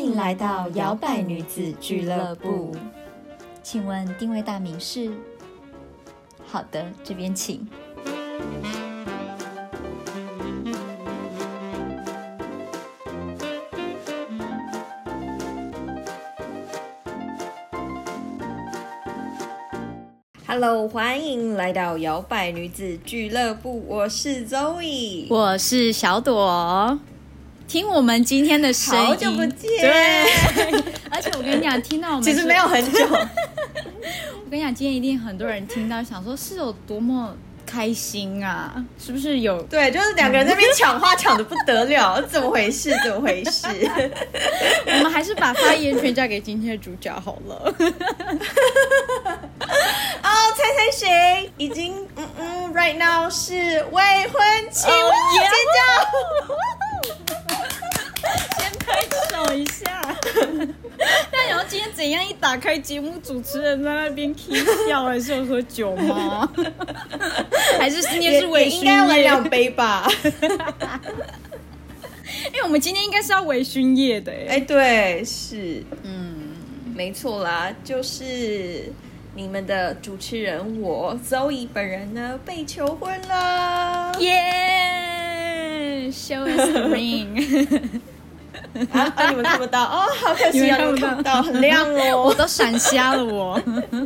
迎来到摇摆女子俱乐部。 请问定位大名是？好的，这边请。 Hello， 欢迎来到摇摆女子俱乐部，我是 Zoe， 我是小朵。听我们今天的声音， 好久不见。 对，而且我跟你讲，听到我们其实没有很久。 我跟你讲，今天一定很多人听到，想说是有多么开心啊，是不是有？ 对，就是两个人在那边抢话抢得不得了，怎么回事？怎么回事？ 我们还是把发言权交给今天的主角好了。 哦，猜猜谁已经right now 是未婚妻？尖叫！先拍手一下。那然后今天怎样？一打开节目，主持人在那边 k 笑，还是有喝酒吗？还是今天是微醺夜？ 应该要来2杯吧。 因为我们今天应该是要微醺夜的。 哎，对，是，没错啦，就是你们的主持人我 Zoe 本人呢被求婚了， 耶 ！Show us the ring 。 你们看不到哦，好可惜啊，你们看不到，很亮哦， 我都闪瞎了我。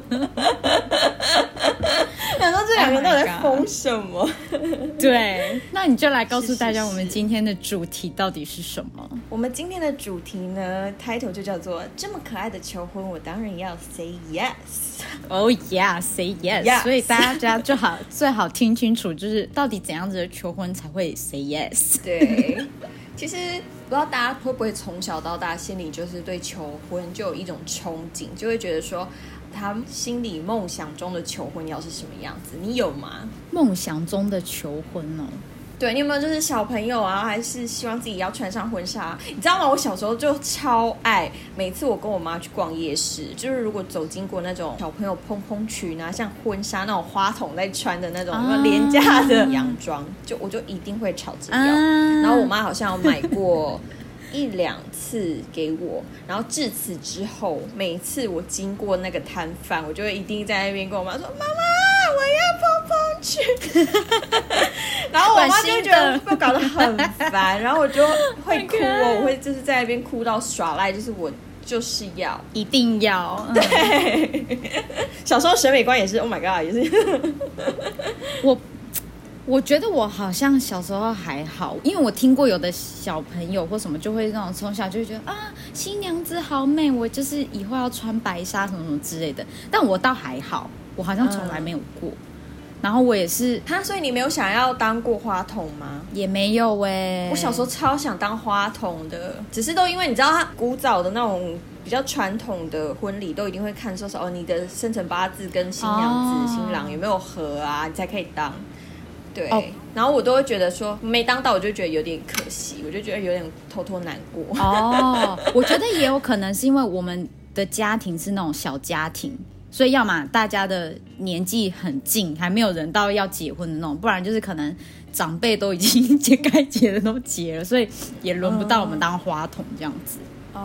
想说这两个人到底在疯什么？ 对，那你就来告诉大家我们今天的主题到底是什么？ 我们今天的主题呢 ，title 就叫做这么可爱的求婚，我当然要 say yes。Oh yeah，say yes。所以大家就最好听清楚，就是到底怎样子的求婚才会 say yes。 对。其实不知道大家会不会从小到大心里就是对求婚就有一种憧憬，就会觉得说他心里梦想中的求婚要是什么样子，你有吗？ 梦想中的求婚哦， 对，你有没有就是小朋友啊，还是希望自己要穿上婚纱？你知道吗？我小时候就超爱，每次我跟我妈去逛夜市，就是如果走经过那种小朋友蓬蓬裙啊，像婚纱那种花筒在穿的那种廉价的洋装，我就一定会吵着要。然后我妈好像有买过1-2次给我，然后自此之后，每次我经过那个摊贩，我就会一定在那边跟我妈说：“妈妈，我要蓬蓬裙。”然后我妈就会觉得被搞得很烦，然后我就会哭哦，我会就是在那边哭到耍赖，就是我就是要， 一定要。 对，小时候审美观也是 ，Oh my god， 也是。 我觉得我好像小时候还好，因为我听过有的小朋友或什么就会那种从小就会觉得啊，新娘子好美，我就是以后要穿白纱什么什么之类的。但我倒还好，我好像从来没有过。然后我也是， 所以你没有想要当过花童吗？ 也没有欸。 我小时候超想当花童的，只是都因为你知道，他古早的那种比较传统的婚礼都一定会看说你的生辰八字跟新娘子、新郎有没有合啊，你才可以当。对，然后我都会觉得说没当到，我就觉得有点可惜，我就觉得有点偷偷难过。 我觉得也有可能是因为我们的家庭是那种小家庭，所以要么大家的年纪很近，还没有人到要结婚的那种，不然就是可能长辈都已经该结的都结了，所以也轮不到我们当花童这样子。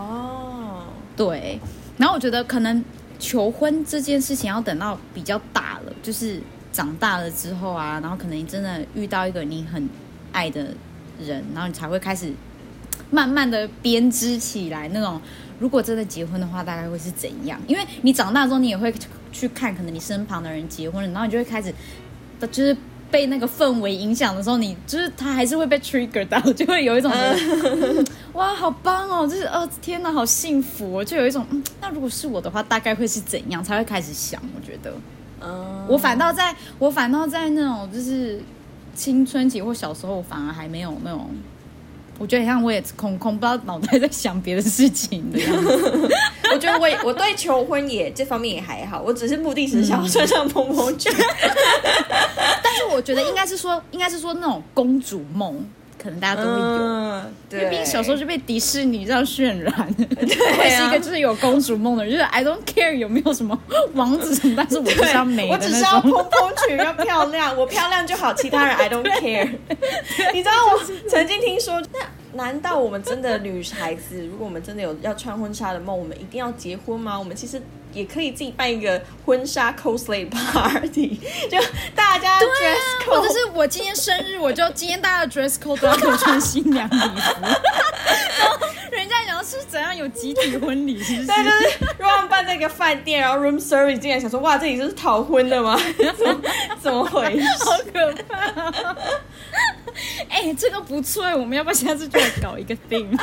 对。然后我觉得可能求婚这件事情要等到比较大了，就是长大了之后啊，然后可能你真的遇到一个你很爱的人，然后你才会开始慢慢的编织起来那种，如果真的结婚的话大概会是怎样。因为你长大之后你也会去看可能你身旁的人结婚了，然后你就会开始就是被那个氛围影响的时候，你就是他还是会被 trigger 到，就会有一种哇好棒哦，就是天哪好幸福哦，就有一种那如果是我的话大概会是怎样，才会开始想。我觉得我反倒在那种就是青春期或小时候，我反而还没有那种，我觉得很像我也空不知道脑袋在想别的事情的样子。 我觉得我对求婚也这方面也还好，我只是目的是想要穿上蓬蓬裙。 但是我觉得应该是说那种公主梦，可能大家都会有。 对， 因为小时候就被迪士尼这样渲染，我是一个就是有公主梦的人，就是 I don't care 有没有什么王子什么，但是我就是要美的那种， 我只是要蓬蓬裙要漂亮，我漂亮就好，其他人 I don't care。你知道我曾经听说， 难道我们真的女孩子，如果我们真的有要穿婚纱的梦，我们一定要结婚吗？我们其实也可以自己办一个婚纱 cosplay party， 就大家 dress code， 或者是我今天生日，我就今天大家的 dress code 都要给我穿新娘礼服。然后人家想是怎样有集体婚礼，是不是？ 对，就是如果我们办在一个饭店，然后 room service 进来，想说哇，这里是逃婚的吗？怎么回事？ 好可怕！哎、这个不错，我们要不要下次就来搞一个 theme？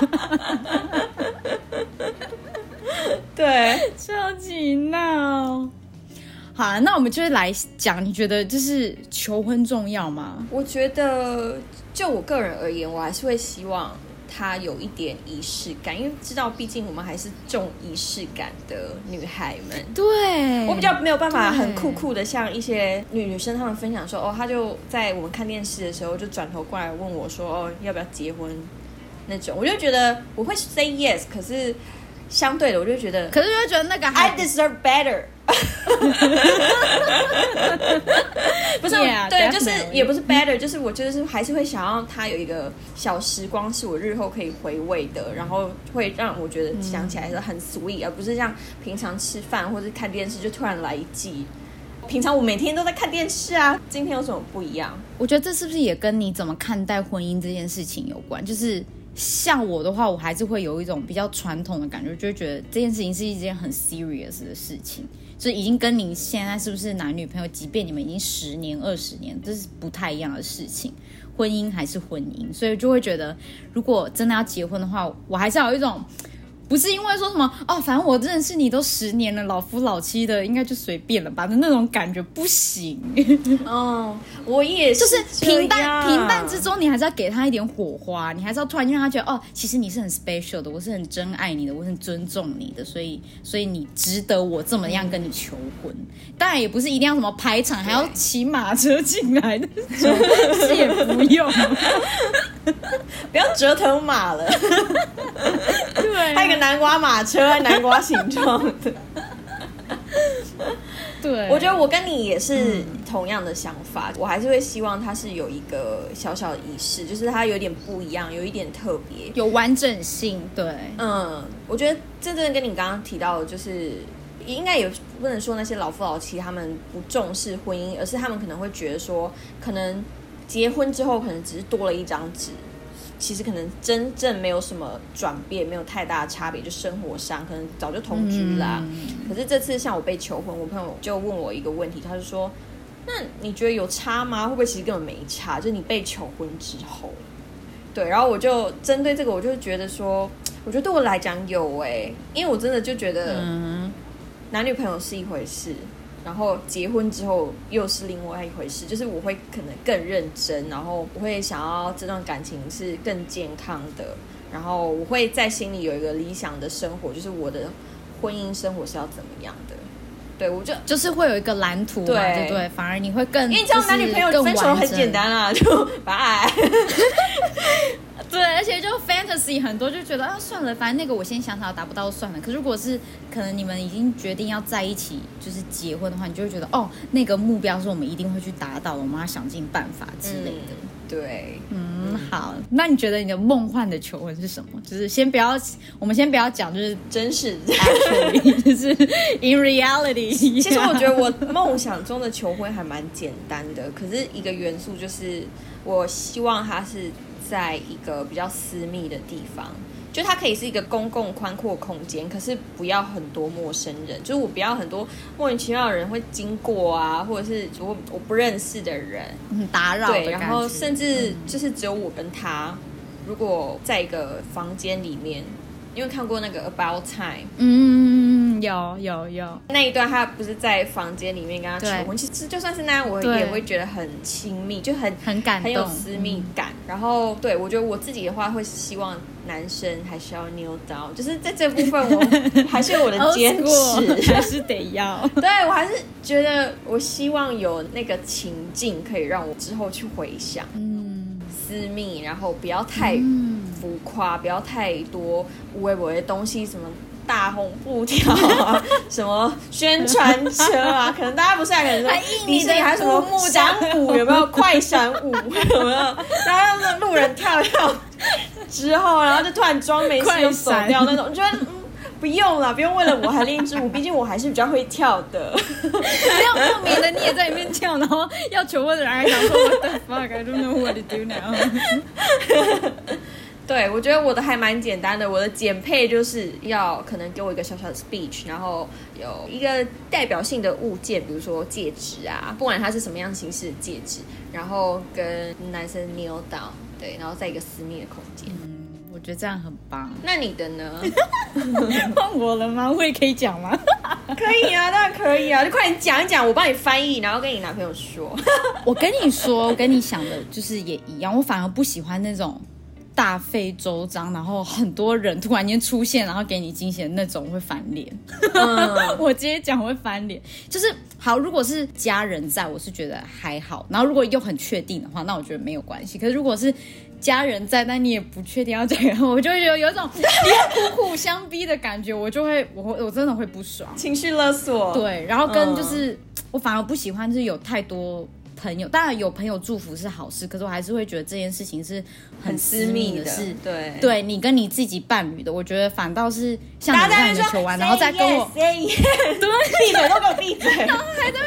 对， 超级闹。好，那我们就是来讲，你觉得就是求婚重要吗？ 我觉得就我个人而言，我还是会希望它有一点仪式感，因为知道毕竟我们还是重仪式感的女孩们。 对， 我比较没有办法很酷酷的像一些女生她们分享说，哦，她就在我们看电视的时候就转头过来问我说，哦，要不要结婚那种。我就觉得我会 say yes， 可是相对的我就觉得， 可是就会觉得那个还 I deserve better 不是、 yeah, 对， definitely. 就是也不是 better， 就是我就是还是会想要它有一个小时光是我日后可以回味的，然后会让我觉得想起来是很 sweet，而不是像平常吃饭或者看电视就突然来一季。平常我每天都在看电视啊，今天有什么不一样？ 我觉得这是不是也跟你怎么看待婚姻这件事情有关？就是像我的话，我还是会有一种比较传统的感觉，就会觉得这件事情是一件很 serious 的事情，就已经跟你现在是不是男女朋友，即便你们已经10年、20年，这是不太一样的事情。婚姻还是婚姻，所以就会觉得，如果真的要结婚的话，我还是要有一种。不是因为说什么哦，反正我认识你都10年了，老夫老妻的，应该就随便了吧的那种感觉不行。 哦，我也是， 就是平淡之中，你还是要给他一点火花，你还是要突然让他觉得哦，其实你是很 special 的，我是很真爱你的，我是很尊重你的，所以你值得我这么样跟你求婚。当然也不是一定要什么排场，还要骑马车进来的，这也不用， 不要折腾马了。 对， 还有一个南瓜马车，南瓜形状的。 对， 我觉得我跟你也是同样的想法，我还是会希望它是有一个小小的仪式，就是它有点不一样，有一点特别， 有完整性。对， 我觉得真正跟你刚刚提到的，就是应该也不能说那些老夫老妻他们不重视婚姻，而是他们可能会觉得说，可能结婚之后可能只是多了一张纸。其实可能真正没有什么转变，没有太大的差别，就生活上可能早就同居啦。可是这次像我被求婚，我朋友就问我一个问题，他就说：“那你觉得有差吗？会不会其实根本没差？就是你被求婚之后，对。”然后我就针对这个，我就觉得说，我觉得对我来讲有因为我真的就觉得，男女朋友是一回事。然后结婚之后又是另外一回事，就是我会可能更认真，然后我会想要这段感情是更健康的，然后我会在心里有一个理想的生活，就是我的婚姻生活是要怎么样的。对，我就是会有一个蓝图嘛，对不对？反而你会更， 因为你知道男女朋友分手很简单啊，就拜。 对，而且就 fantasy 很多，就觉得算了，反正那个我先想想达不到算了。可是如果是可能你们已经决定要在一起，就是结婚的话，你就会觉得哦，那个目标是我们一定会去达到的，我们要想尽办法之类的。 对， 好，那你觉得你的梦幻的求婚是什么？就是我们先不要讲，就是真实 ，actually 就是 in reality。 其实我觉得我梦想中的求婚还蛮简单的，可是一个元素就是我希望它是在一个比较私密的地方，就它可以是一个公共宽阔空间，可是不要很多陌生人，就是我不要很多莫名其妙的人会经过啊，或者是我不认识的人打扰的感觉。 对，然后甚至就是只有我跟他，如果在一个房间里面，因为看过那个 About Time， 有那一段，他不是在房间里面跟他求婚，其实就算是那样，我也会觉得很亲密，就很感动， 很有私密感。然后，对，我觉得我自己的话，会希望男生还是要 kneel down， 就是在这部分我还是有我的坚持， 还是得要。 对，我还是觉得我希望有那个情境可以让我之后去回想，私密，然后不要太浮夸，不要太多无微不微的东西，什么大红布条啊，什么宣传车啊，可能大家不是还可能说迪士尼还有什么闪舞，有没有快闪舞，有没有？然后让路人跳之后，然后就突然装没事就走掉那种，我觉得不用了，不用为了我还练一支舞，毕竟我还是比较会跳的。 这样莫名的你也在里面跳，然后要求婚的人还想说 What the fuck I don't know what to do now 对，我觉得我的还蛮简单的，我的简配就是要可能给我一个小小的 speech， 然后有一个代表性的物件，比如说戒指啊，不管它是什么样形式的戒指，然后跟男生 kneel down， 对，然后在一个私密的空间。 我觉得这样很棒。 那你的呢？ 换我了吗？我也可以讲吗？ 可以啊，当然可以啊，就快点讲一讲，我帮你翻译，然后跟你男朋友说。 我跟你说，我跟你想的就是也一样，我反而不喜欢那种大费周章，然后很多人突然间出现，然后给你惊喜的那种，会翻脸。我直接讲会翻脸，就是好，如果是家人在，我是觉得还好，然后如果又很确定的话，那我觉得没有关系。可是如果是家人在，但你也不确定要这样，我就会觉得有一种你要苦苦相逼的感觉，我就会我真的会不爽， 情绪勒索。 对，然后跟就是我反而不喜欢，就是有太多朋友，当然有朋友祝福是好事，可是我还是会觉得这件事情是很私密的事，对你跟你自己伴侣的，我觉得反倒是像你在你的球完，然后再跟我 say yes， 对，闭嘴都给我闭嘴， 然后还在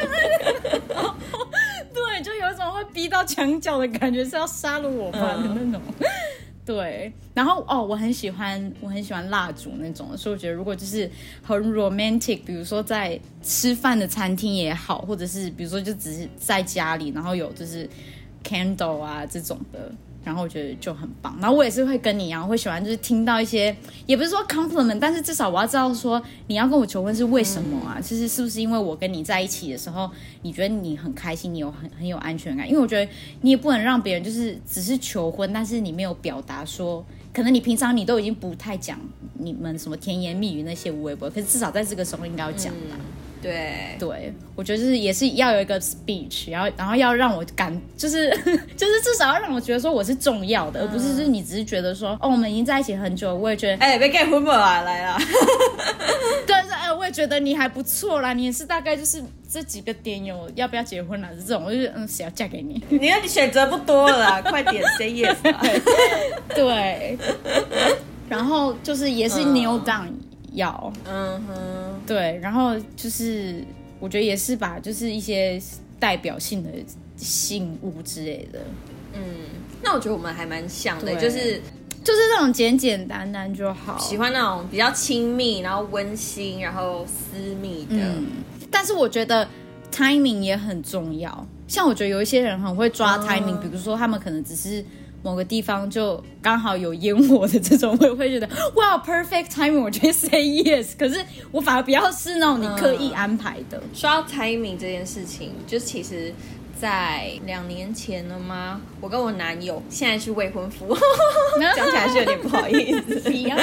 对，就有一种会逼到墙角的感觉，是要杀了我吧的那种。对，然后我很喜欢蜡烛那种，所以我觉得如果就是很 romantic， 比如说在吃饭的餐厅也好，或者是比如说就只是在家里，然后有就是 candle 啊这种的，然后我觉得就很棒。然后我也是会跟你一样，会喜欢就是听到一些，也不是说 compliment， 但是至少我要知道说你要跟我求婚是为什么啊？其实是不是因为我跟你在一起的时候，你觉得你很开心，你有很有安全感？因为我觉得你也不能让别人就是只是求婚，但是你没有表达说，可能你平常你都已经不太讲你们什么甜言蜜语那些无微博，可是至少在这个时候应该要讲吧。 对， 我觉得就是也是要有一个 speech， 然后要让我就是至少要让我觉得说我是重要的，而不是就是你只是觉得说我们已经在一起很久，我也觉得别结婚吧，来啦。 对，我也觉得你还不错啦，你也是大概就是这几个点有要不要结婚啦，这种我就谁要嫁给你？ 你选择不多了啦，快点 say yes 啦。 对，然后就是也是 kneel down。要，对，然后就是我觉得也是把就是一些代表性的信物之类的， 那我觉得我们还蛮像的，就是那种简简单单就好， 喜欢那种比较亲密，然后温馨，然后私密的。 但是我觉得 timing 也很重要，像我觉得有一些人很会抓 timing，比如说他们可能只是某个地方就刚好有烟火的这种，我也会觉得哇 perfect timing， 我觉得 say yes， 可是我反而比较是那种你刻意安排的。 说到 timing 这件事情，就其实在2年前了吗？我跟我男友现在是未婚夫，讲起来是有点不好意思。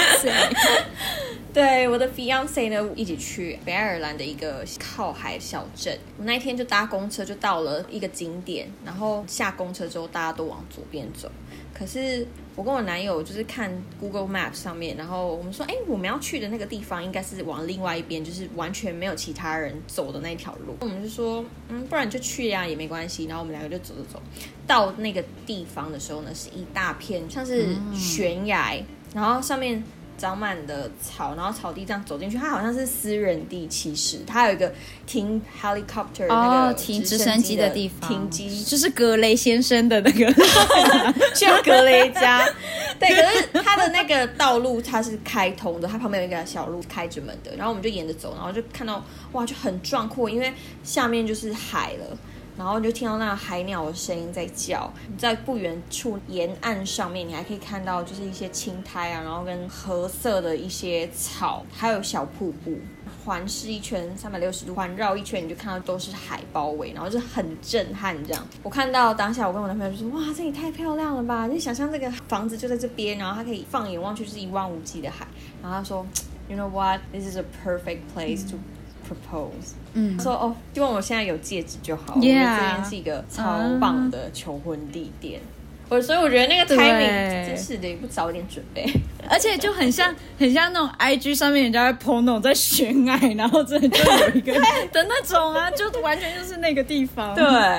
对，我的 fiance 呢，一起去北爱尔兰的一个靠海小镇。我那一天就搭公车就到了一个景点，然后下公车之后大家都往左边走。可是我跟我男友就是看 Google Map 上面，然后我们说，我们要去的那个地方应该是往另外一边，就是完全没有其他人走的那条路。我们就说，不然就去呀，也没关系。然后我们两个就走，到那个地方的时候呢，是一大片像是悬崖，然后上面长满的草，然后草地这样走进去，它好像是私人地，其实它有一个停 helicopter 那个停直升机的地方， 停机就是格雷先生的那个去格雷家。对，可是它的那个道路它是开通的，它旁边有一个小路开着门的，然后我们就沿着走，然后就看到哇，就很壮阔，因为下面就是海了。然后你就听到那个海鸟的声音在叫，你在不远处沿岸上面，你还可以看到就是一些青苔啊，然后跟褐色的一些草，还有小瀑布，环视一圈360度环绕一圈，你就看到都是海包围，然后就很震撼这样。我看到当下，我跟我男朋友就说：“哇，这里太漂亮了吧！你想象这个房子就在这边，然后它可以放眼望去就是一望无际的海。”然后他说 ：“You know what? This is a perfect place to propose。”他说希望我现在有戒指就好。我觉得这边是一个超棒的求婚地点。所以我觉得那个 timing 真是的，也不早一点准备。 而且就很像那种 IG 上面人家会 po 那种在悬崖，然后真的就有一个的那种啊，就完全就是那个地方。 对，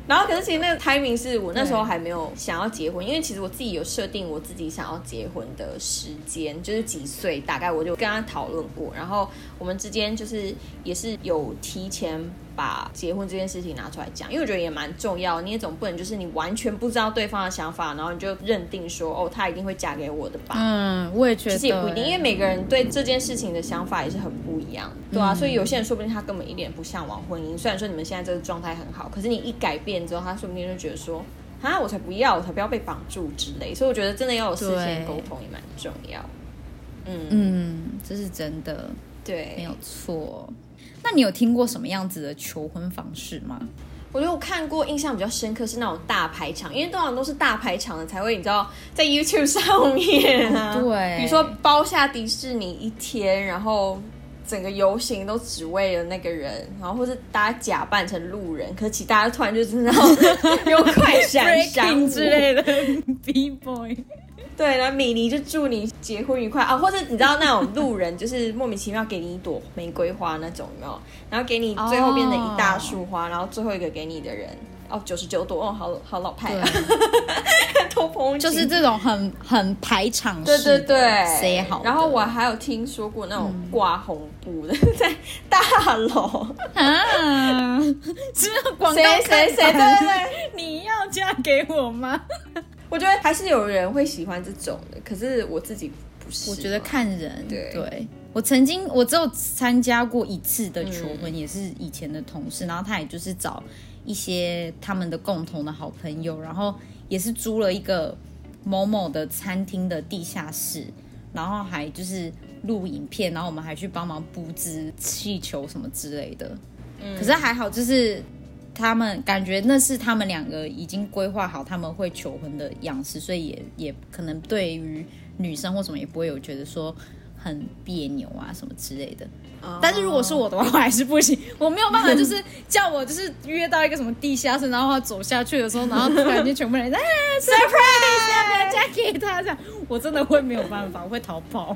然后可是其实那个 timing 是我那时候还没有想要结婚，因为其实我自己有设定我自己想要结婚的时间，就是几岁，大概我就跟他讨论过，然后我们之间就是也是有提前把结婚这件事情拿出来讲，因为我觉得也蛮重要，你也总不能就是你完全不知道对方的想法，然后你就认定说哦，他一定会嫁给我的吧。 我也觉得其实也不一定，因为每个人对这件事情的想法也是很不一样，对啊，所以有些人说不定他根本一点不向往婚姻，虽然说你们现在这个状态很好，可是你一改变之后，他说不定就觉得说啊，我才不要，我才不要被绑住之类，所以我觉得真的要有事先沟通也蛮重要。 这是真的， 对， 没有错。那你有听过什么样子的求婚方式吗？ 我觉得我看过印象比较深刻是那种大排场，因为通常都是大排场的才会你知道在 YouTube 上面啊， 对， 比如说包下迪士尼一天，然后整个游行都只为了那个人，然后或是大家假扮成路人，可是其实大家突然就知道用快闪闪舞之类的 B boy。 对，然后米妮就祝你结婚愉快啊，或者你知道那种路人就是莫名其妙给你一朵玫瑰花那种，有没有？然后给你最后变成一大束花，然后最后一个给你的人99朵哦，好老派啊，偷捧就是这种很排场式的， 对塞好。 然后我还有听说过那种挂红布的，在大楼啊，是广告谁对， 你要嫁给我吗？ 我觉得还是有人会喜欢这种的，可是我自己不是。 我觉得看人， 对。 我只有参加过一次的求婚，也是以前的同事，然后他也就是找一些他们的共同的好朋友，然后也是租了一个某某的餐厅的地下室，然后还就是录影片，然后我们还去帮忙布置气球什么之类的。可是还好，就是他们感觉那是他们两个已经规划好他们会求婚的样式，所以也可能对于女生或什么也不会有觉得说很别扭啊什么之类的。但是如果是我的话，我还是不行，我没有办法，就是叫我就是约到一个什么地下室，然后他走下去的时候，然后突然间全部人surprise， 要不要嫁给他？这样我真的会没有办法，我会逃跑。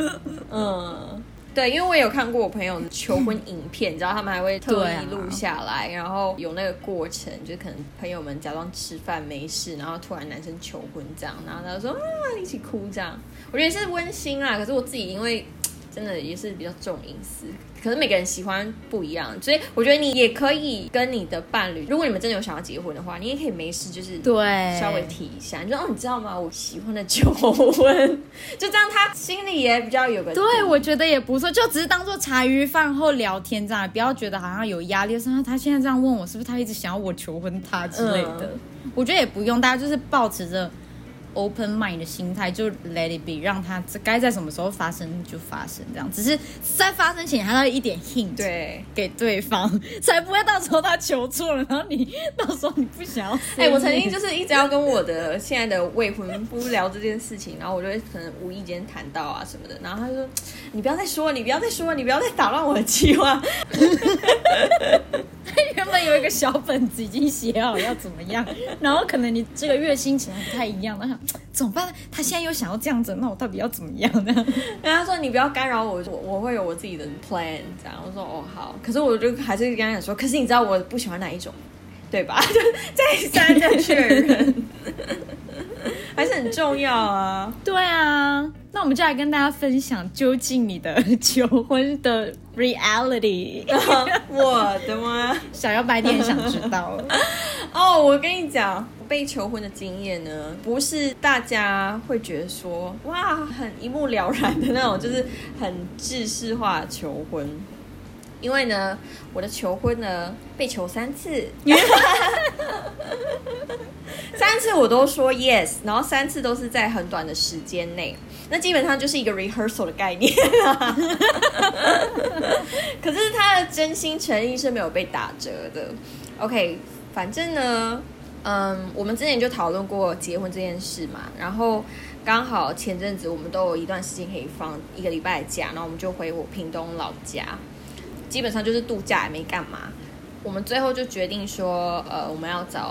对，因为我也有看过我朋友的求婚影片，你知道他们还会特意录下来，然后有那个过程，就可能朋友们假装吃饭没事，然后突然男生求婚这样，然后他就说啊一起哭这样，我觉得是温馨啦。可是我自己因为真的也是比较重隐私，可是每个人喜欢不一样，所以我觉得你也可以跟你的伴侣，如果你们真的有想要结婚的话，你也可以没事就是稍微提一下，你说你知道吗？我喜欢的求婚，就这样他心里也比较有个对，我觉得也不错，就只是当做茶余饭后聊天这样，不要觉得好像有压力，说他现在这样问我，是不是他一直想要我求婚他之类的？我觉得也不用，大家就是抱持着open mind 的心态，就 let it be， 让它该在什么时候发生就发生，这样。只是在发生前还要一点 hint 给对方，才不会到时候他求错了，然后你到时候你不想要。 我曾经就是一直要跟我的现在的未婚夫聊这件事情，然后我就会可能无意间谈到啊什么的，然后他就说：“你不要再说，你不要再说，你不要再打乱我的计划。” 他原本有一个小本子已经写好要怎么样，然后可能你这个月心情还不太一样，然后怎么办？他现在又想要这样子，那我到底要怎么样呢？ 然后他说你不要干扰我，我会有我自己的 plan 这样。我说哦好，可是我就还是跟他讲说，可是你知道我不喜欢哪一种，对吧？就再三的确认，还是很重要啊。 对啊，那我们就来跟大家分享，究竟你的求婚的 reality 我的吗？ 想要白点想知道哦，我跟你讲，被求婚的经验呢，不是大家会觉得说哇很一目了然的那种，就是很制式化的求婚。因为呢，我的求婚呢被求3次，3次我都说 yes， 然后3次都是在很短的时间内，那基本上就是一个 rehearsal 的概念可是他的真心诚意是没有被打折的。OK， 反正呢，我们之前就讨论过结婚这件事嘛，然后刚好前阵子我们都有一段时间可以放1个礼拜的假，然后我们就回我屏东老家。基本上就是度假也没干嘛，我们最后就决定说，我们要找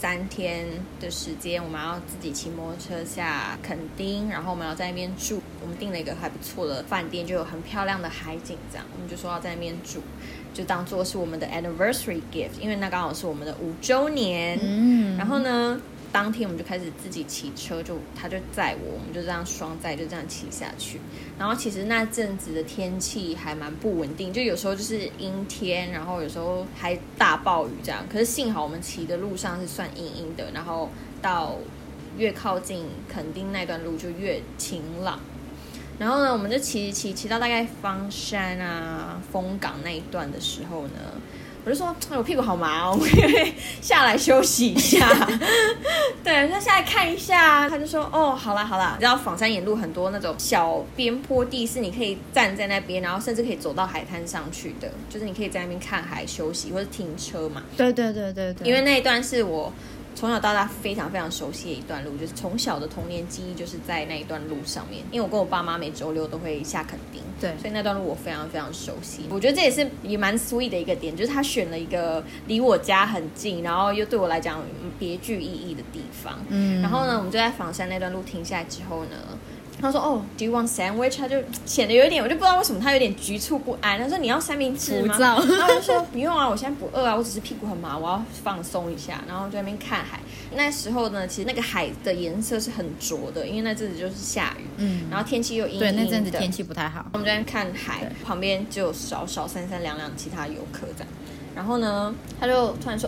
3天的时间，我们要自己骑摩托车下垦丁，然后我们要在那边住。我们订了一个还不错的饭店，就有很漂亮的海景，这样我们就说要在那边住，就当做是我们的 anniversary gift， 因为那刚好是我们的5周年。然后呢，当天我们就开始自己骑车，他就载我们就这样双载，就这样骑下去。然后其实那阵子的天气还蛮不稳定，就有时候就是阴天，然后有时候还大暴雨这样。可是幸好我们骑的路上是算阴阴的，然后到越靠近垦丁那段路就越晴朗。然后呢，我们就骑到大概方山啊、丰港那一段的时候呢，我就说我屁股好麻哦，我可以下来休息一下。对，他下来看一下，他就说哦，好啦，你知道仿山沿路很多那种小边坡地是你可以站在那边，然后甚至可以走到海滩上去的，就是你可以在那边看海休息或者停车嘛。 对， 因为那一段是我从小到大非常非常熟悉的一段路，就是从小的童年记忆就是在那一段路上面。因为我跟我爸妈每周六都会下垦丁， 对， 所以那段路我非常非常熟悉。我觉得这也蛮 sweet 的一个点，就是他选了一个离我家很近，然后又对我来讲别具意义的地方。然后呢，我们就在仿山那段路停下来之后呢，他说哦 ，Do you want sandwich？ 他就显得有点，我就不知道为什么他有点局促不安。他说你要三明治吗？然后我就说不用啊，我现在不饿啊，我只是屁股很麻，我要放松一下。然后就在那边看海。那时候呢，其实那个海的颜色是很浊的，因为那阵子就是下雨，然后天气又阴阴的， 对，那阵子天气不太好。 我们就在看海，旁边就有少三两其他游客这样。然后呢，他就突然说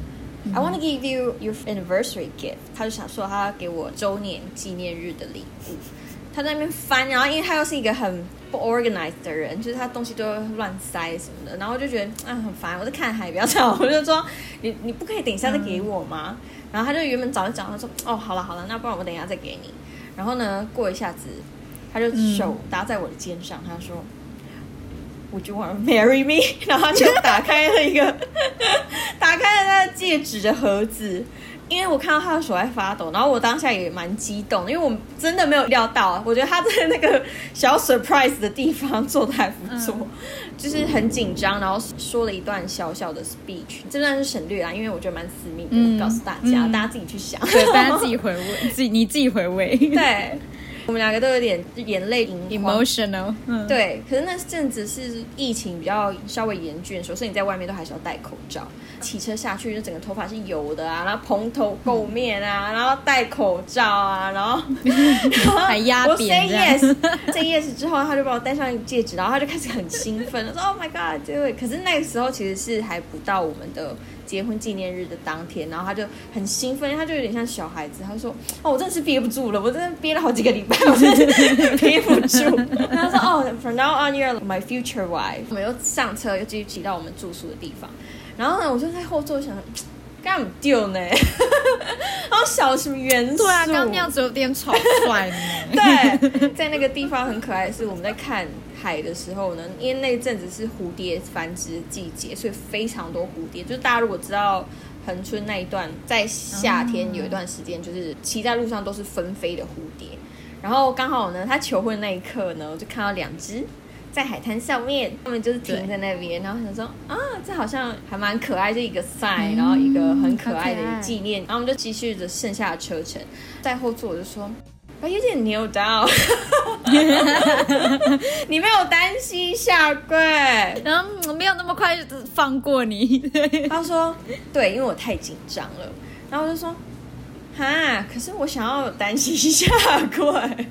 I want to give you your anniversary gift。他就想说他要给我周年纪念日的礼物。他在那边翻，然后因为他又是一个很不 organized 的人，就是他东西都会乱塞什么的，然后我就觉得很烦，我在看海，不要吵，我就说你不可以等一下再给我吗？然后他就原本早就讲，他说哦好了，那不然我等一下再给你。然后呢，过一下子他就手搭在我的肩上，他说Would you want to marry me？ 然后他就打开了他的戒指的盒子。因为我看到他的手在发抖，然后我当下也蛮激动的，因为我真的没有料到，我觉得他在那个小 surprise 的地方做的还不错，就是很紧张，然后说了一段小小的 speech， 这段是省略啦，因为我觉得蛮私密的，告诉大家，大家自己去想， 对，大家自己回味，你自己回味， 对。我们两个都有点眼泪盈眶 emotional， 对。可是那阵子是疫情比较稍微严峻的时候，所以你在外面都还是要戴口罩。骑车下去就整个头发是油的啊，然后蓬头垢面啊，然后戴口罩啊，然后还压扁。 我 say yes 之后，他就把我戴上戒指，然后他就开始很兴奋，说 Oh my God， 对。可是那个时候其实是还不到我们的结婚纪念日的当天，然后他就很兴奋，他就有点像小孩子，他就说哦，我真的是憋不住了，我真的憋了好几个礼拜，我真的是憋不住。然后他说哦 ，From now on you're my future wife。我们又上车，又继续骑到我们住宿的地方。然后呢，我就在后座想，干嘛丢呢？然后小什么元素？ 对啊，刚那样子有点草率呢。 对，在那个地方很可爱的是，我们在看海的时候呢，因为那一阵子是蝴蝶繁殖季节，所以非常多蝴蝶。就是大家如果知道恒春那一段，在夏天有一段时间，就是骑在路上都是纷飞的蝴蝶。然后刚好呢，他求婚那一刻呢，我就看到2只。在海滩上面，他们就是停在那边，然后想说啊，这好像还蛮可爱，就一个 sign，然后一个很可爱的纪念，然后我们就继续着剩下的车程。在后座我就说，有点扭到，你没有担心下跪， 然后没有那么快就放过你。 他说对，因为我太紧张了，然后我就说。哈，可是我想要单膝下跪，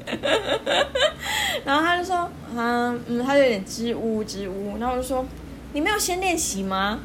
然后他就说，他就有点支吾，然后我就说，你没有先练习吗？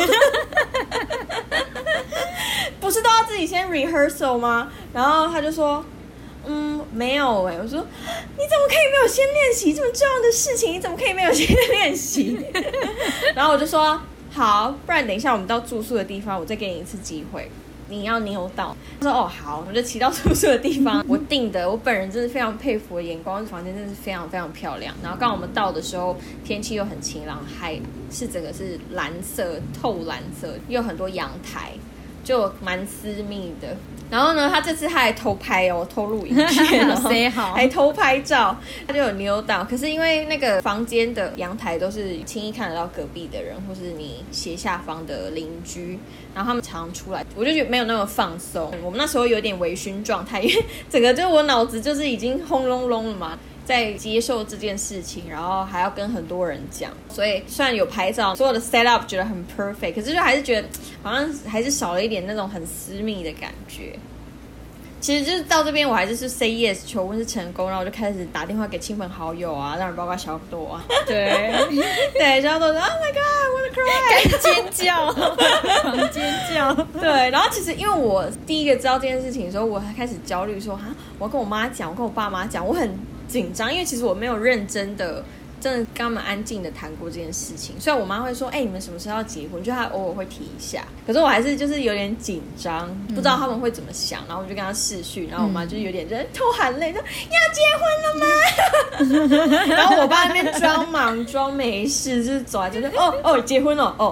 不是都要自己先 rehearsal 吗？然后他就说，没有我说，你怎么可以没有先练习这么重要的事情？你怎么可以没有先练习？然后我就说，好，不然等一下我们到住宿的地方，我再给你一次机会。你要扭到，他说哦好，我们就骑到住宿的地方，我订的，我本人真的非常佩服我的眼光，房间真的是非常非常漂亮。然后刚我们到的时候，天气又很晴朗，海是整个是蓝色透蓝色，又有很多阳台，就蛮私密的。 然后呢，他这次他还偷拍哦，偷录影片哦，还偷拍照，他就有扭到。可是因为那个房间的阳台都是轻易看得到隔壁的人，或是你斜下方的邻居，然后他们常出来，我就觉得没有那么放松。我们那时候有点微醺状态，因为整个就是我脑子就是已经轰隆隆了嘛。在接受这件事情，然后还要跟很多人讲，所以虽然有拍照，所有的 set up 觉得很 perfect， 可是就还是觉得好像还是少了一点那种很私密的感觉。其实就是到这边，我还是 say yes， 求婚是成功，然后我就开始打电话给亲朋好友啊，当然包括小朵啊，对对，小朵说 Oh my God，I wanna cry， 尖叫，狂尖叫， 对。然后其实因为我第一个知道这件事情的时候，我还开始焦虑说我要跟我妈讲，我跟我爸妈讲，我很紧张，因为其实我没有认真的跟他们安静的谈过这件事情。虽然我妈会说你们什么时候要结婚，就她偶尔会提一下，可是我还是就是有点紧张，不知道他们会怎么想。然后我就跟她视讯，然后我妈就有点偷含泪说要结婚了吗？然后我爸那边装忙装没事，就是走来就是结婚了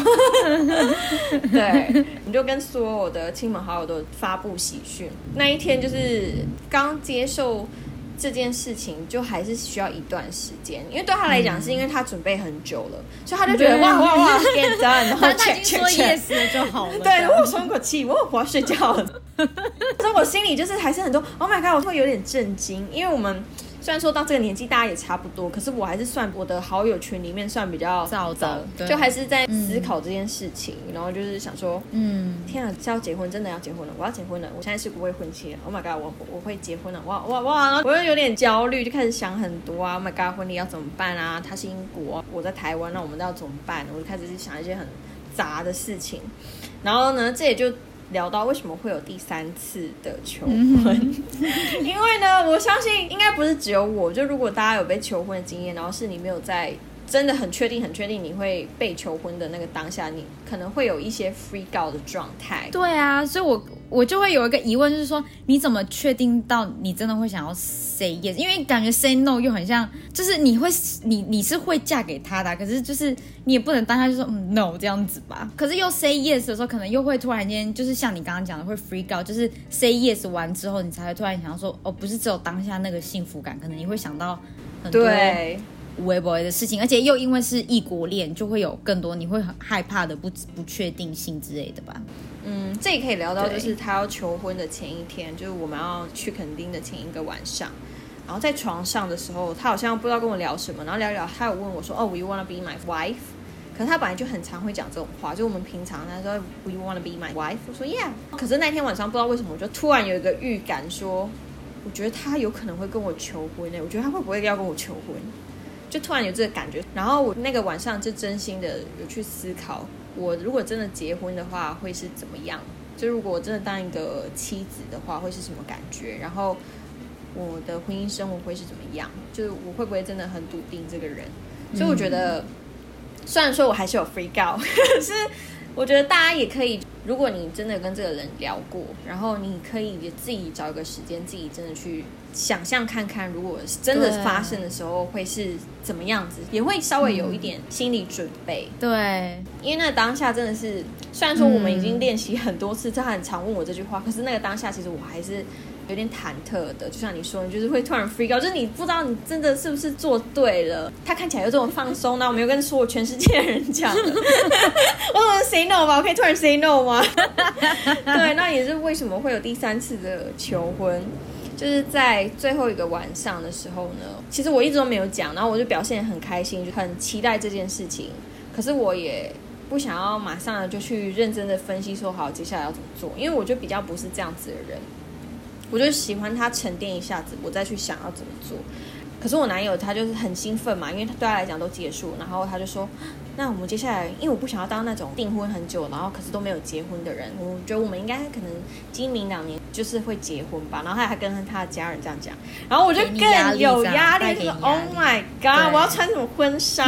对，你就跟所有的亲朋好友都发布喜讯。那一天就是刚接受这件事情，就还是需要一段时间，因为对他来讲是因为他准备很久了，所以他就觉得哇 get done， 然后他已经说 yes 了就好了。 对，我松口气，我要睡觉了。所以我心里就是还是很多 Oh my God， 我会有点震惊，因为我们虽然说到这个年纪大家也差不多，可是我还是算我的好友群里面算比较早的， 就还是在思考这件事情，然后就是想说天啊，是要结婚，真的要结婚了，我要结婚了，我现在是不未婚妻了 Oh my God， 我会结婚了，哇，我就有点焦虑，就开始想很多啊 Oh my God， 婚礼要怎么办啊，他是英国，我在台湾，那我们要怎么办，我就开始想一些很杂的事情。然后呢，这也就聊到为什么会有第3次的求婚，因为呢，我相信应该不是只有我，就如果大家有被求婚的经验，然后是你没有在真的很确定你会被求婚的那个当下，你可能会有一些 freak out 的状态。 对啊，所以我就会有一个疑问，就是说你怎么确定到你真的会想要 say yes？ 因为感觉 say no 又很像，就是你是会嫁给他的，可是就是你也不能当下就说no 这样子吧。可是又 say yes 的时候，可能又会突然间就是像你刚刚讲的会 freak out， 就是 say yes 完之后，你才会突然想要说不是只有当下那个幸福感，可能你会想到很多微博的事情，而且又因为是异国恋，就会有更多你会很害怕的不确定性之类的吧。 这也可以聊到，就是他要求婚的前一天，就是我们要去垦丁的前一个晚上，然后在床上的时候，他好像不知道跟我聊什么，然后聊一聊，他有问我说，Will you wanna be my wife？ 可是他本来就很常会讲这种话，就我们平常他说 Will you wanna be my wife？ 我说 Yeah。可是那天晚上不知道为什么，我就突然有一个预感说，我觉得他有可能会跟我求婚我觉得他会不会要跟我求婚？就突然有这个感觉，然后我那个晚上就真心的有去思考，我如果真的结婚的话会是怎么样，就如果我真的当一个妻子的话会是什么感觉，然后我的婚姻生活会是怎么样，就是我会不会真的很笃定这个人。所以我觉得虽然说我还是有 freak out， 可是我觉得大家也可以，如果你真的跟这个人聊过，然后你可以自己找一个时间，自己真的去想象看看，如果真的发生的时候会是怎么样子，也会稍微有一点心理准备。 对， 因为那个当下真的是，虽然说我们已经练习很多次，他很常问我这句话，可是那个当下其实我还是有点忐忑的，就像你说，你就是会突然 freak out，就是你不知道你真的是不是做对了。他看起来有这种放松，那我没有跟所有全世界的人讲了，我怎么 say no 吗？我可以突然 say no 吗？对，那也是为什么会有第3次的求婚。就是在最后一个晚上的时候呢，其实我一直都没有讲，然后我就表现很开心，就很期待这件事情。可是我也不想要马上的就去认真的分析说好接下来要怎么做，因为我就比较不是这样子的人，我就喜欢他沉淀一下子，我再去想要怎么做。可是我男友他就是很兴奋嘛，因为他对他来讲都结束，然后他就说那我们接下来，因为我不想要当那种订婚很久然后可是都没有结婚的人，我觉得我们应该可能今明2年就是会结婚吧。然后他还跟他的家人这样讲，然后我就更有压力，就是 Oh my God， 我要穿什么婚纱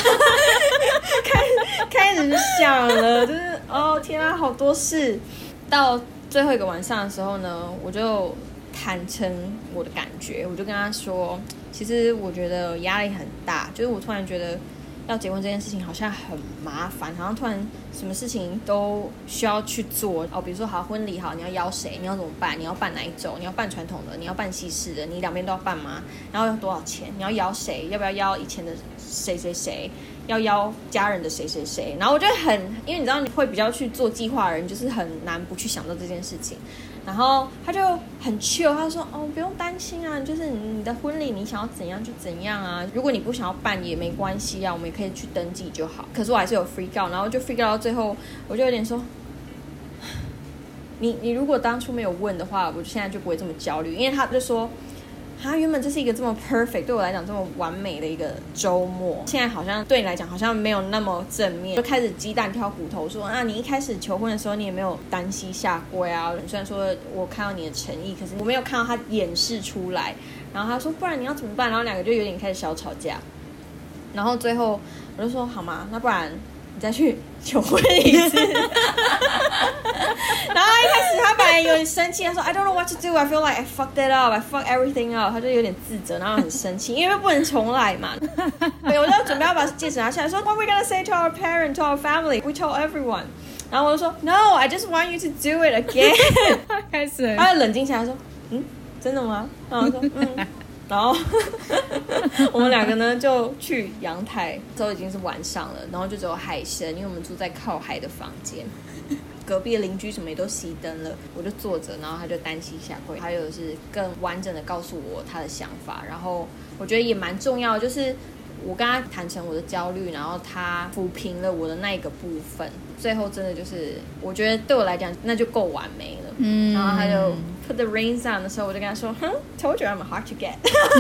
开始想了，就是天啊，好多事。到最后一个晚上的时候呢，我就坦诚我的感觉，我就跟他说，其实我觉得压力很大，就是我突然觉得要结婚这件事情好像很麻烦，好像突然什么事情都需要去做哦。比如说好婚礼好，你要邀谁？你要怎么办？你要办哪一种？你要办传统的？你要办西式的？你两边都要办吗？然后要多少钱？你要邀谁？要不要邀以前的谁谁谁？要邀家人的谁谁谁？然后我觉得因为你知道你会比较去做计划的人，就是很难不去想到这件事情。然后他就很 chill， 他说哦不用担心啊，就是你的婚礼你想要怎样就怎样啊，如果你不想要办也没关系啊，我们也可以去登记就好。可是我还是有 freak out， 然后就 freak out 到最后，我就有点说，你如果当初没有问的话，我现在就不会这么焦虑，因为他就说。原本这是一个这么 perfect， 对我来讲这么完美的一个周末，现在好像对你来讲好像没有那么正面，就开始鸡蛋挑骨头说你一开始求婚的时候你也没有单膝下跪啊，虽然说我看到你的诚意，可是我没有看到他演示出来。然后他说不然你要怎么办？然后两个就有点开始小吵架，然后最后我就说好吗？那不然你再去求婚一次。然后一开始他本来有点生气，他说 I don't know what to do, I feel like I fucked it up, I fucked everything up， 他就有点自责，然后很生气，因为不能重来嘛。对，我就准备要把戒指拿下来，说 What are we gonna say to our parents, to our family? We told everyone。然后我就说 No, I just want you to do it again。 开始， 他就冷静下来说真的吗？然后我说然后我们两个呢就去阳台，之后已经是晚上了，然后就只有海声，因为我们住在靠海的房间，隔壁的邻居什么也都熄灯了，我就坐着，然后他就单膝下跪，还有是更完整的告诉我他的想法，然后我觉得也蛮重要的，就是我跟他坦诚我的焦虑，然后他抚平了我的那一个部分，最后真的就是我觉得对我来讲那就够完美了。然后他就 put the rings on 的时候，我就跟他说told you I'm hard to get。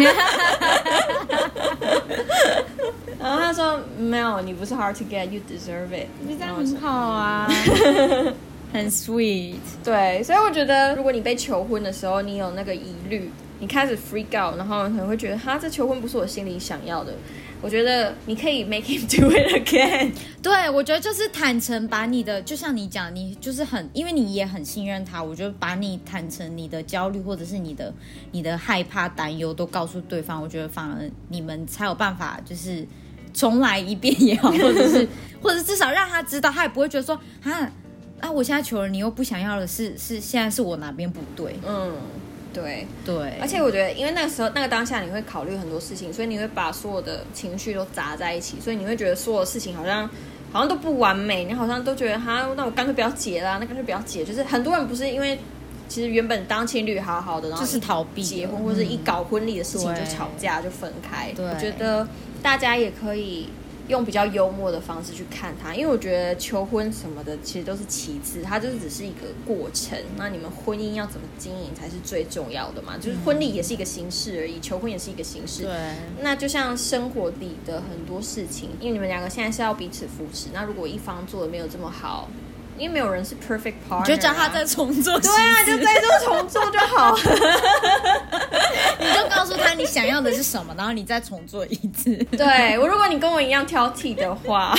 然后他说没有，你不是 hard to get, you deserve it。 你这样很好啊。很 sweet。 对，所以我觉得如果你被求婚的时候你有那个疑虑，你开始 freak out， 然后可能会觉得这求婚不是我心里想要的，我觉得你可以 make him do it again。 对，我觉得就是坦诚把你的，就像你讲，你就是因为你也很信任他，我觉得把你坦诚你的焦虑或者是你的害怕担忧都告诉对方，我觉得反而你们才有办法就是重来一遍也好，或者至少让他知道，他也不会觉得说我现在求了你又不想要的是现在是我哪边不对。 对，而且我觉得因为那个时候那个当下你会考虑很多事情，所以你会把所有的情绪都砸在一起，所以你会觉得所有事情好像都不完美，你好像都觉得那我干脆不要结啦，那干脆不要结。就是很多人不是因为其实原本当情侣好好的，然后就是逃避结婚或者一搞婚礼的事情就吵架就分开。我觉得大家也可以用比较幽默的方式去看它，因为我觉得求婚什么的其实都是其次，它就是只是一个过程，那你们婚姻要怎么经营才是最重要的嘛。就是婚礼也是一个形式而已，求婚也是一个形式。 对， 那就像生活里的很多事情，因为你们两个现在是要彼此扶持，那如果一方做的没有这么好，因为没有人是 perfect partner， 就叫他再重做。 对啊，就再重做就好。 你就告诉他你想要的是什么，然后你再重做一次。 对，如果你跟我一样挑剔的话，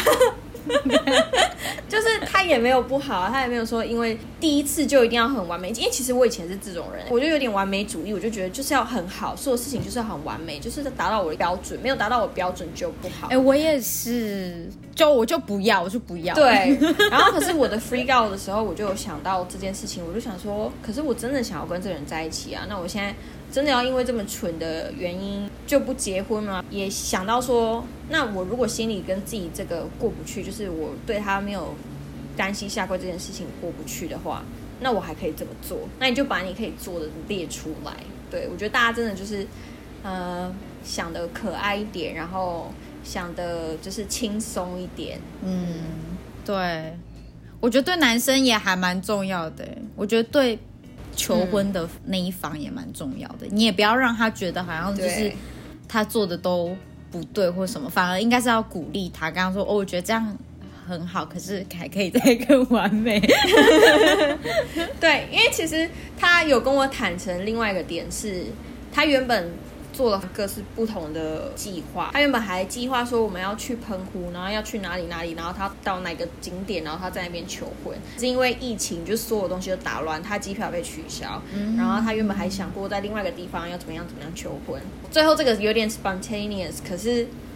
就是他也没有不好，他也没有说因为第一次就一定要很完美。因为其实我以前是这种人，我就有点完美主义，我就觉得就是要很好，所有事情就是要很完美，就是达到我的标准，没有达到我的标准就不好。 我也是，我就不要。 对，然后可是我的 freak out 的时候，我就有想到这件事情，我就想说，可是我真的想要跟这个人在一起啊，那我现在真的要因为这么蠢的原因就不结婚吗？也想到说，那我如果心里跟自己这个过不去，就是我对他没有单膝下跪这件事情过不去的话，那我还可以怎么做？那你就把你可以做的列出来。对，我觉得大家真的就是想的可爱一点，然后想的就是轻松一点。 对，我觉得对男生也还蛮重要的。我觉得对求婚的那一方也蛮重要的，你也不要让他觉得好像就是他做的都不对或什么，反而应该是要鼓励他，刚刚说我觉得这样很好，可是还可以再更完美。 对，因为其实他有跟我坦诚另外一个点是，他原本做了各式不同的计划，他原本还计划说我们要去澎湖，然后要去哪里，然后他到哪个景点，然后他在那边求婚。是因为疫情，就所有东西都打乱，他机票被取消，然后他原本还想过在另外一个地方要怎么样求婚。最后这个有点 spontaneous， 可是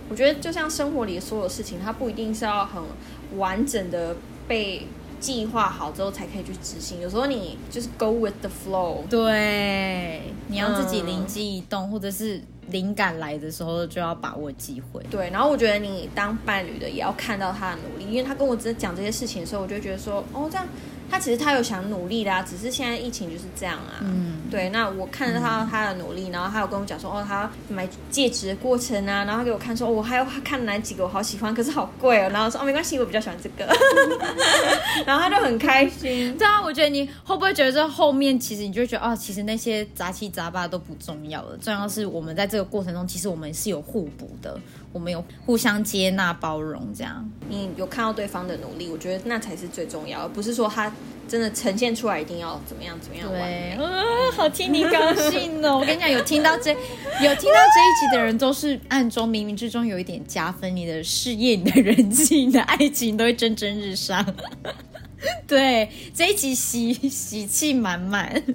我觉得就像生活里的所有事情，它不一定是要很完整的被计划好之后才可以去执行，有时候你就是 go with the flow。 对，你要自己灵机一动，或者是灵感来的时候就要把握机会。 对，然后我觉得你当伴侣的也要看到他的努力，因为他跟我只讲这些事情的时候，我就觉得说，哦，这样他其实他有想努力的啊，只是现在疫情就是这样啊。对，那我看到他的努力，然后他有跟我讲说，哦，他买戒指的过程啊，然后他给我看说，我还有看哪几个我好喜欢，可是好贵哦，然后说，哦，没关系，我比较喜欢这个，然后他就很开心。 对啊，我觉得你会不会觉得这后面其实你就会觉得，哦，其实那些杂七杂八都不重要了，重要是我们在这个过程中，其实我们是有互补的，我们有互相接纳包容，这样。 你有看到对方的努力，我觉得那才是最重要的，不是说他真的呈现出来一定要怎么样怎么样完美。 好替你高兴哦！我跟你讲，有听到这一集的人，都是暗中冥冥之中有一点加分，你的事业、你的人际、你的爱情都会蒸蒸日上。对，这一集喜气满满。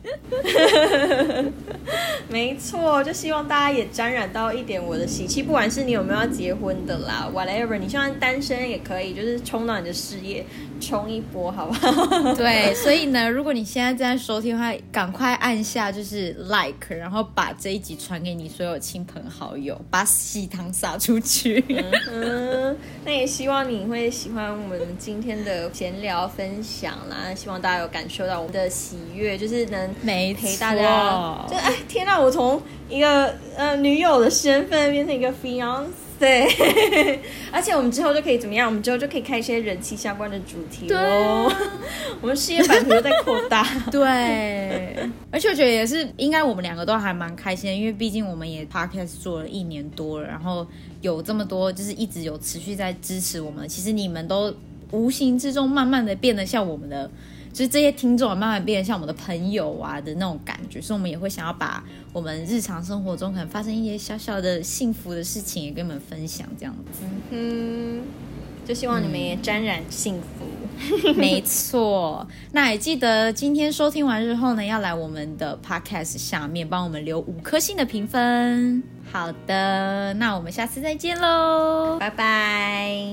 没错，就希望大家也沾染到一点我的喜气，不管是你有没有要结婚的啦 ，whatever， 你就算单身也可以，就是冲到你的事业，冲一波，好不好？ 对，所以呢，如果你现在正在收听的话，赶快按下就是 like， 然后把这一集传给你所有亲朋好友，把喜糖撒出去。 那也希望你会喜欢我们今天的闲聊分享啦，希望大家有感受到我们的喜悦，就是能陪大家。就哎，天哪！我从一个女友的身份变成一个 fiance， 而且我们之后就可以怎么样？我们之后就可以开一些人气相关的主题哦。我们事业版图又在扩大。 对，而且我觉得也是，应该我们两个都还蛮开心的，因为毕竟我们也 podcast 做了1年多了，然后有这么多就是一直有持续在支持我们，其实你们都无形之中慢慢的变得像我们的。就是这些听众慢慢变得像我们的朋友啊的那种感觉，所以我们也会想要把我们日常生活中可能发生一些小小的幸福的事情也跟你们分享，这样子。 就希望你们也沾染幸福。 没错，那也记得今天收听完之后呢，要来我们的 podcast 下面帮我们留5颗星的评分。好的，那我们下次再见咯， 拜拜。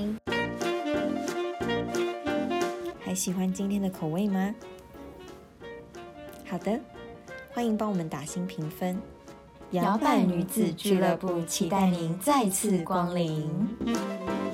还喜欢今天的口味吗？好的，欢迎帮我们打星评分。摇摆女子俱乐部期待您再次光临。